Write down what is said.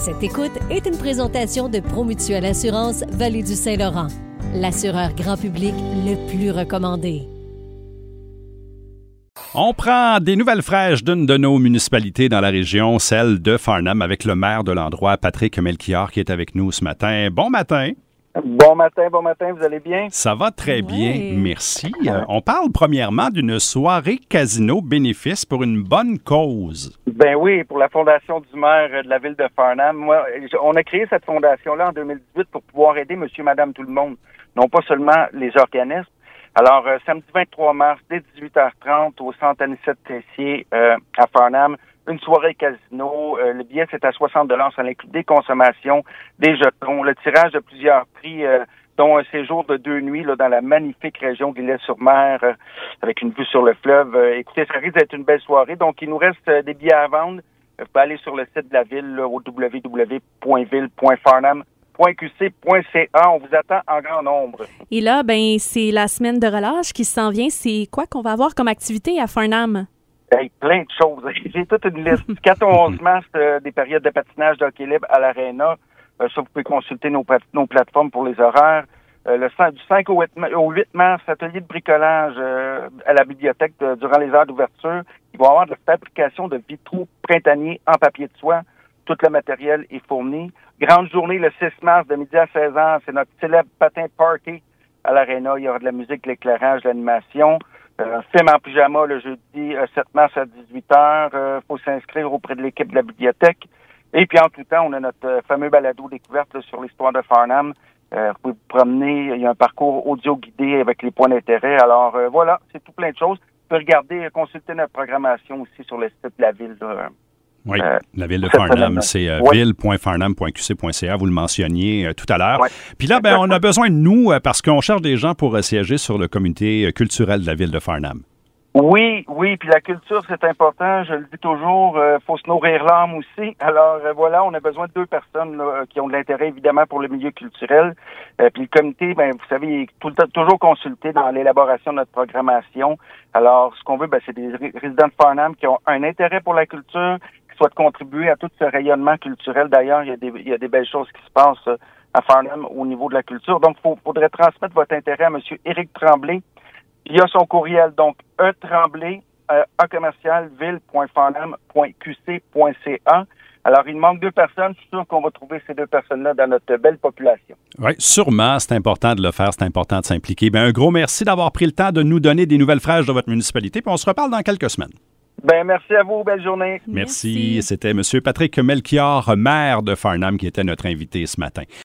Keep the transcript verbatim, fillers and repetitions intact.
Cette écoute est une présentation de Promutuelle Assurance Vallée du Saint-Laurent, l'assureur grand public le plus recommandé. On prend des nouvelles fraîches d'une de nos municipalités dans la région, celle de Farnham, avec le maire de l'endroit, Patrick Melchior, qui est avec nous ce matin. Bon matin. Bon matin, bon matin, vous allez bien? Ça va très bien, Ouais. merci. Euh, on parle premièrement d'une soirée casino bénéfice pour une bonne cause. Ben oui, pour la fondation du maire de la ville de Farnham. Moi, on a créé cette fondation-là en deux mille dix-huit pour pouvoir aider monsieur, madame, tout le monde, non pas seulement les organismes. Alors, euh, samedi vingt-trois mars, dès dix-huit heures trente, au centre Anicette-Tessier euh, à Farnham, une soirée casino. Euh, le billet, c'est à soixante dollars. Ça inclut des consommations, des jetons, le tirage de plusieurs prix, euh, dont un séjour de deux nuits là, dans la magnifique région de l'Île-sur-Mer, euh, avec une vue sur le fleuve. Euh, écoutez, ça risque d'être une belle soirée. Donc, il nous reste euh, des billets à vendre. Vous pouvez aller sur le site de la ville, là, au w w w point ville point farnham point q c point c a. On vous attend en grand nombre. Et là, ben c'est la semaine de relâche qui s'en vient. C'est quoi qu'on va avoir comme activité à Farnham? Hey, plein de choses. J'ai toute une liste. Du quatre au onze mars, euh, des périodes de patinage de hockey libre à l'Arena. Euh, ça, vous pouvez consulter nos, nos plateformes pour les horaires. Euh, le cinq, du cinq au huit mars, atelier de bricolage euh, à la bibliothèque de, durant les heures d'ouverture. Ils vont avoir de la fabrication de vitraux printaniers en papier de soie. Tout le matériel est fourni. Grande journée le six mars de midi à seize heures. C'est notre célèbre patin party à l'Arena. Il y aura de la musique, de l'éclairage, de l'animation. Euh, film en pyjama le jeudi euh, sept mars à dix-huit heures. Il euh, faut s'inscrire auprès de l'équipe de la bibliothèque. Et puis en tout temps, on a notre euh, fameux balado découverte là, sur l'histoire de Farnham. Euh, vous pouvez vous promener. Il y a un parcours audio guidé avec les points d'intérêt. Alors euh, voilà, c'est tout plein de choses. Vous pouvez regarder, euh, consulter notre programmation aussi sur le site de la ville. Là. Oui, Euh, la ville de cette Farnham, semaine-là. c'est euh, Oui. ville point farnham point q c point c a. Vous le mentionniez euh, tout à l'heure. Ouais. Puis là, ben, on a besoin de nous euh, parce qu'on cherche des gens pour euh, siéger sur le comité euh, culturel de la ville de Farnham. Oui, oui, puis la culture, c'est important, je le dis toujours, euh, faut se nourrir l'âme aussi. Alors euh, voilà, on a besoin de deux personnes là, qui ont de l'intérêt évidemment pour le milieu culturel. Euh, puis le comité, ben vous savez, il est tout le temps toujours consulté dans l'élaboration de notre programmation. Alors, ce qu'on veut, ben, c'est des ré- résidents de Farnham qui ont un intérêt pour la culture, qui souhaitent contribuer à tout ce rayonnement culturel. D'ailleurs, il y a des, il y a des belles choses qui se passent euh, à Farnham au niveau de la culture. Donc, il faudrait transmettre votre intérêt à M. Éric Tremblay. Il y a son courriel, donc E Tremblay, euh, A commercial, ville point farnham point q c point c a. Alors, il manque deux personnes. Je suis sûr qu'on va trouver ces deux personnes-là dans notre belle population. Oui, sûrement, c'est important de le faire, c'est important de s'impliquer. Ben, un gros merci d'avoir pris le temps de nous donner des nouvelles fraîches de votre municipalité, puis on se reparle dans quelques semaines. Ben, merci à vous. Belle journée. Merci. Merci. C'était M. Patrick Melchior, maire de Farnham, qui était notre invité ce matin.